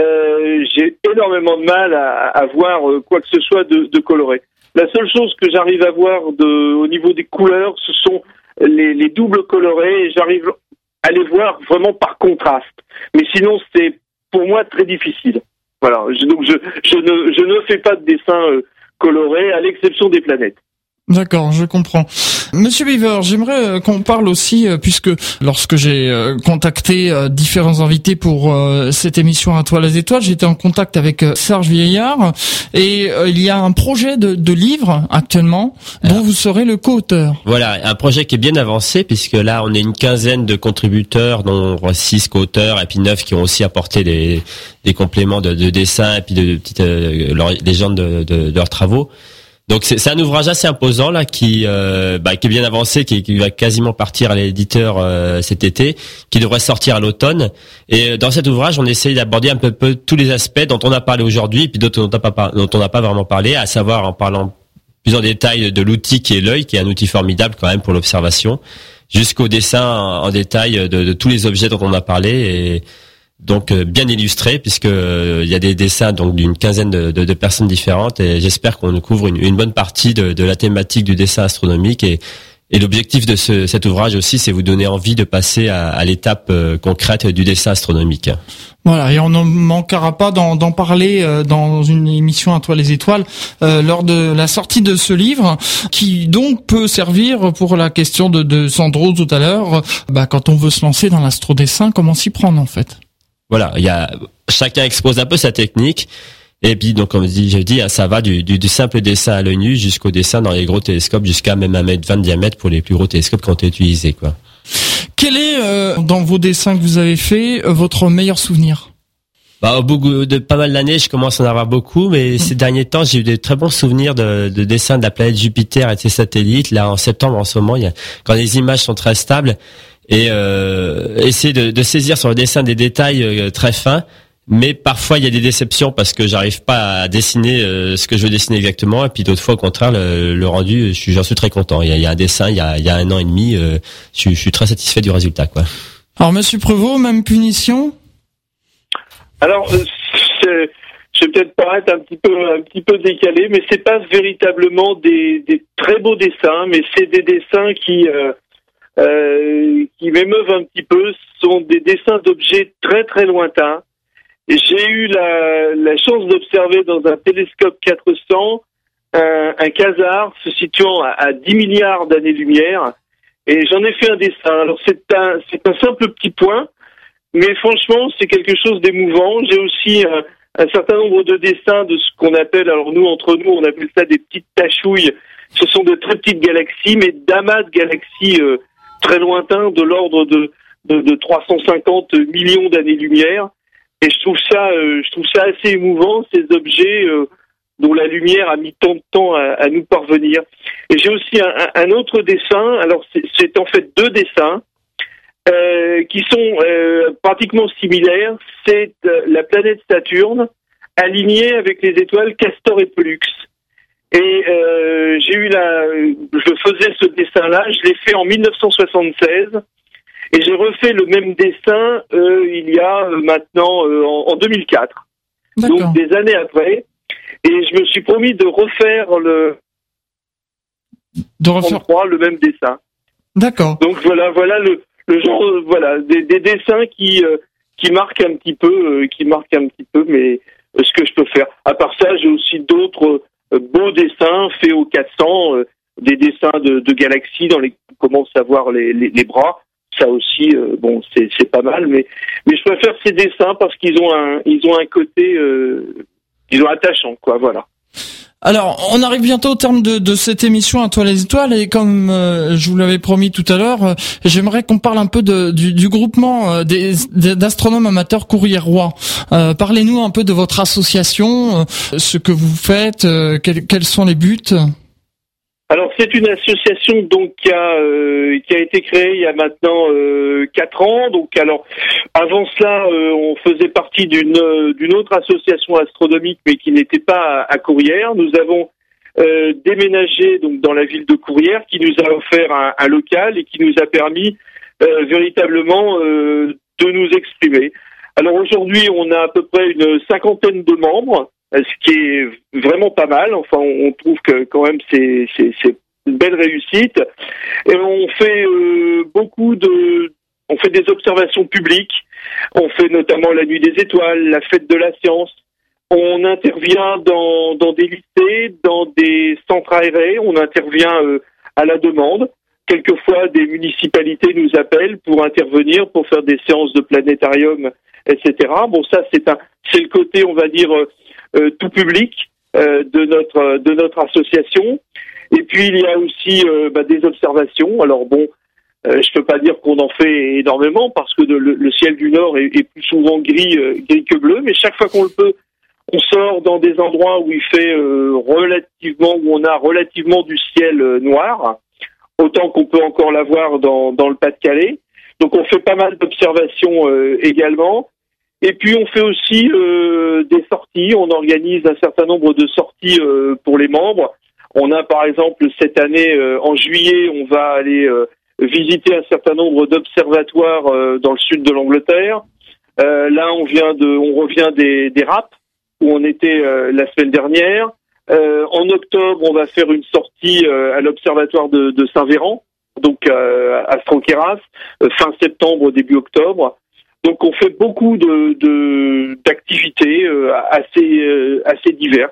j'ai énormément de mal à voir quoi que ce soit de coloré. La seule chose que j'arrive à voir au niveau des couleurs, ce sont les doubles colorés, et j'arrive à les voir vraiment par contraste. Mais sinon, c'est pour moi très difficile. Voilà, donc je ne fais pas de dessin coloré, à l'exception des planètes. D'accord, je comprends. Monsieur Beaver, j'aimerais qu'on parle aussi, puisque lorsque j'ai contacté différents invités pour cette émission À toi les étoiles, j'étais en contact avec Serge Vieillard, et il y a un projet de livre actuellement dont vous serez le co-auteur. Voilà, un projet qui est bien avancé, puisque là on est une quinzaine de contributeurs, dont 6 co-auteurs et puis 9 qui ont aussi apporté des compléments de dessin et puis de petites légendes de leurs travaux. Donc c'est un ouvrage assez imposant là qui est bien avancé, qui va quasiment partir à l'éditeur cet été, qui devrait sortir à l'automne. Et dans cet ouvrage, on essaye d'aborder un peu tous les aspects dont on a parlé aujourd'hui, et puis d'autres dont on n'a pas vraiment parlé, à savoir en parlant plus en détail de l'outil qui est l'œil, qui est un outil formidable quand même pour l'observation, jusqu'au dessin en détail de tous les objets dont on a parlé, et donc bien illustré, puisque il y a des dessins donc d'une quinzaine de personnes différentes, et j'espère qu'on couvre une bonne partie de la thématique du dessin astronomique, et l'objectif de cet ouvrage aussi, c'est vous donner envie de passer à l'étape concrète du dessin astronomique. Voilà, et on ne manquera pas d'en parler dans une émission À toi les étoiles lors de la sortie de ce livre, qui donc peut servir pour la question de Sandro tout à l'heure, quand on veut se lancer dans l'astrodessin, comment s'y prendre en fait. Voilà, chacun expose un peu sa technique, et puis donc comme je dis, ça va du simple dessin à l'œil nu jusqu'au dessin dans les gros télescopes, jusqu'à même 1,20 m de diamètre pour les plus gros télescopes qui ont été utilisés, quoi. Quel est dans vos dessins que vous avez fait votre meilleur souvenir? Au bout de pas mal d'années, je commence à en avoir beaucoup, mais ces derniers temps, j'ai eu des très bons souvenirs de dessins de la planète Jupiter et de ses satellites. Là, en septembre, en ce moment, quand les images sont très stables, et essayer de saisir sur le dessin des détails très fins, mais parfois il y a des déceptions parce que j'arrive pas à dessiner ce que je veux dessiner exactement, et puis d'autres fois au contraire le rendu, j'en suis très content. Il y a un dessin il y a 1 an et demi, je suis très satisfait du résultat, quoi. Alors Monsieur Prévost, même punition? Alors je vais peut-être paraître un petit peu décalé, mais c'est pas véritablement des très beaux dessins, mais c'est des dessins qui m'émeuvent un petit peu. Ce sont des dessins d'objets très très lointains. Et j'ai eu la chance d'observer dans un télescope 400 un quasar se situant à 10 milliards d'années-lumière, et j'en ai fait un dessin. Alors c'est un simple petit point, mais franchement c'est quelque chose d'émouvant. J'ai aussi un certain nombre de dessins de ce qu'on appelle, alors nous entre nous on appelle ça des petites tachouilles. Ce sont de très petites galaxies, mais d'amas de galaxies très lointains, de l'ordre de 350 millions d'années-lumière. Et je trouve ça assez émouvant, ces objets dont la lumière a mis tant de temps à nous parvenir. Et j'ai aussi un autre dessin. Alors c'est en fait 2 dessins qui sont pratiquement similaires. C'est la planète Saturne alignée avec les étoiles Castor et Pollux. Et je faisais ce dessin-là, je l'ai fait en 1976. Et j'ai refait le même dessin il y a maintenant en 2004. donc des années après, et je me suis promis de refaire le même dessin. D'accord. Donc voilà le genre, des dessins qui marquent un petit peu, mais ce que je peux faire. À part ça, j'ai aussi d'autres beaux dessins faits au 400, des dessins de galaxies dans lesquels on commence à voir les bras. Ça aussi, c'est pas mal, mais je préfère ces dessins parce qu'ils ont un côté, ils ont attachant, quoi, voilà. Alors, on arrive bientôt au terme de cette émission à toi les étoiles, et comme je vous l'avais promis tout à l'heure, j'aimerais qu'on parle un peu du groupement d'astronomes amateurs Courrières-Roi. Parlez-nous un peu de votre association, ce que vous faites, quels sont les buts. Alors c'est une association donc qui a été créée il y a maintenant 4 ans. Donc alors avant cela on faisait partie d'une autre association astronomique mais qui n'était pas à Courrières. Nous avons déménagé donc dans la ville de Courrières qui nous a offert un local et qui nous a permis véritablement de nous exprimer. Alors aujourd'hui on a à peu près une 50aine de membres, ce qui est vraiment pas mal. Enfin, on trouve que quand même c'est une belle réussite. Et on fait on fait des observations publiques. On fait notamment la Nuit des Étoiles, la Fête de la Science. On intervient dans des lycées, dans des centres aérés. On intervient à la demande. Quelquefois, des municipalités nous appellent pour intervenir, pour faire des séances de planétarium, etc. Bon, ça c'est le côté, on va dire, tout public de notre association. Et puis il y a aussi des observations. Alors bon, je peux pas dire qu'on en fait énormément parce que le ciel du Nord est plus souvent gris que bleu, mais chaque fois qu'on le peut, on sort dans des endroits où il fait où on a relativement du ciel noir, autant qu'on peut encore l'avoir dans le Pas-de-Calais. Donc on fait pas mal d'observations également. Et puis on fait aussi des sorties, on organise un certain nombre de sorties pour les membres. On a par exemple cette année, en juillet, on va aller visiter un certain nombre d'observatoires dans le sud de l'Angleterre. Là on revient des Raps, où on était la semaine dernière. En octobre, on va faire une sortie à l'observatoire de Saint-Véran, donc à Astro-Queyras, fin septembre, début octobre. Donc on fait beaucoup d'activités assez diverses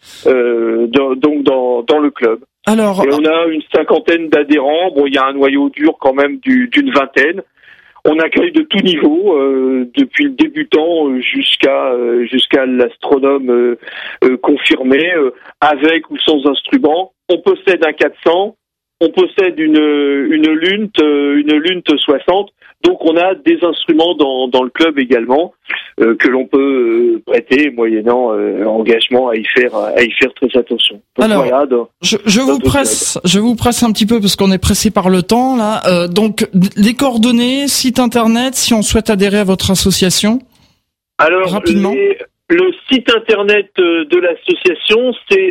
donc dans le club. Alors, et on a une 50aine d'adhérents. Bon, il y a un noyau dur quand même d'une 20aine. On accueille de tout niveau, depuis le débutant jusqu'à l'astronome confirmé, avec ou sans instrument. On possède un 400, on possède une Lunt 60. Donc on a des instruments dans le club également que l'on peut prêter moyennant engagement à y faire très attention. Donc alors, voilà, je vous presse un petit peu parce qu'on est pressé par le temps là. Donc les coordonnées, site internet, si on souhaite adhérer à votre association. Alors rapidement. Le site internet de l'association c'est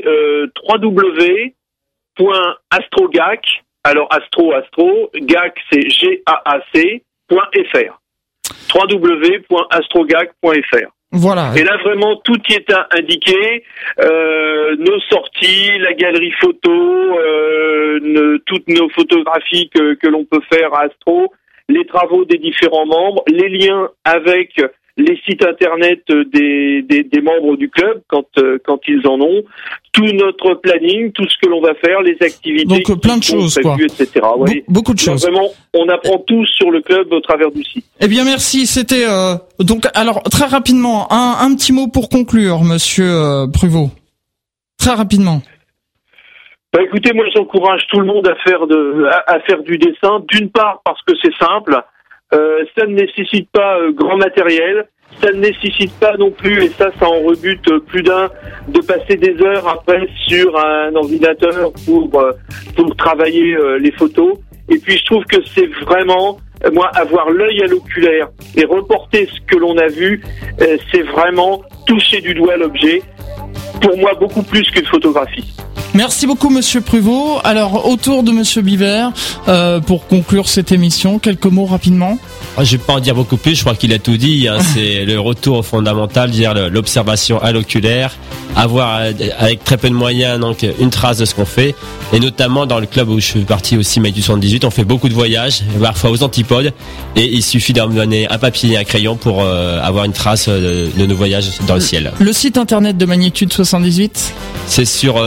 www.astrogac. Alors astro, gac c'est GAAC. .fr. www.astrogac.fr. Voilà. Et là vraiment tout y est indiqué, nos sorties, la galerie photo, toutes nos photographies que l'on peut faire à Astro, les travaux des différents membres, les liens avec les sites internet des membres du club quand ils en ont, tout notre planning, tout ce que l'on va faire, les activités, donc plein de choses prévues, quoi, etc. Beaucoup de choses. Vraiment, on apprend tout sur le club au travers du site. Eh bien merci, c'était donc alors très rapidement un petit mot pour conclure, monsieur Pruvot. Très rapidement. Bah écoutez, moi j'encourage tout le monde à faire du dessin, d'une part parce que c'est simple. Ça ne nécessite pas grand matériel, ça ne nécessite pas non plus, et ça en rebute plus d'un, de passer des heures après sur un ordinateur pour travailler les photos. Et puis je trouve que c'est vraiment, moi, avoir l'œil à l'oculaire et reporter ce que l'on a vu, c'est vraiment toucher du doigt l'objet. Pour moi, beaucoup plus qu'une photographie. Merci beaucoup Monsieur Pruvot. Alors autour de Monsieur Biver, pour conclure cette émission, quelques mots rapidement. Je vais pas en dire beaucoup plus, je crois qu'il a tout dit, hein. C'est le retour fondamental, dire l'observation à l'oculaire, avoir avec très peu de moyens donc une trace de ce qu'on fait, et notamment dans le club où je suis parti aussi, Magnitude 78, on fait beaucoup de voyages, parfois aux antipodes, et il suffit d'emmener un papier et un crayon pour avoir une trace de nos voyages dans le ciel. Le site internet de Magnitude 78, c'est sur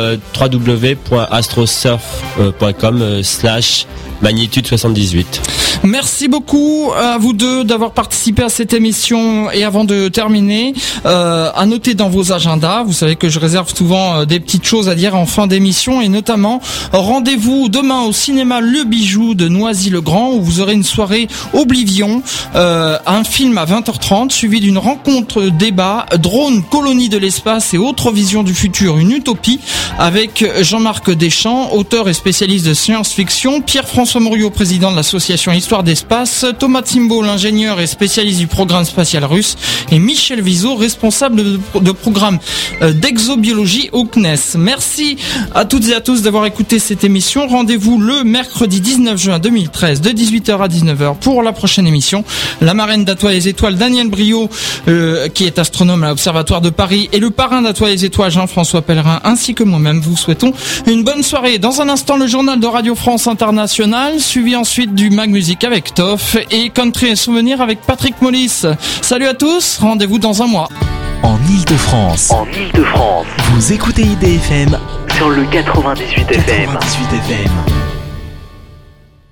www.astrosurf.com/Magnitude 78. Merci beaucoup à vous deux d'avoir participé à cette émission. Et avant de terminer, à noter dans vos agendas, vous savez que je réserve souvent des petites choses à dire en fin d'émission, et notamment rendez-vous demain au cinéma Le Bijou de Noisy-le-Grand, où vous aurez une soirée Oblivion, un film à 20h30 suivi d'une rencontre débat drone, colonie de l'espace et autres visions du futur, une utopie, avec Jean-Marc Deschamps, auteur et spécialiste de science-fiction, Pierre-François Mouriot, président de l'association Histoire d'Espace, Thomas Timbo, l'ingénieur et spécialiste du programme spatial russe, et Michel Vizot, responsable de programme d'exobiologie au CNES. Merci à toutes et à tous d'avoir écouté cette émission. Rendez-vous le mercredi 19 juin 2013 de 18h à 19h pour la prochaine émission. La marraine d'À toi les étoiles, Daniel Brio, qui est astronome à l'Observatoire de Paris, et le parrain d'À toi les étoiles, Jean-François Pellerin, ainsi que moi-même, vous souhaitons une bonne soirée. Dans un instant, le journal de Radio France Internationale, suivi ensuite du Mag Music avec Toff, et Country et Souvenirs avec Patrick Mollis. Salut à tous, rendez-vous dans un mois. En Ile-de-France, vous écoutez IDFM sur le 98 FM.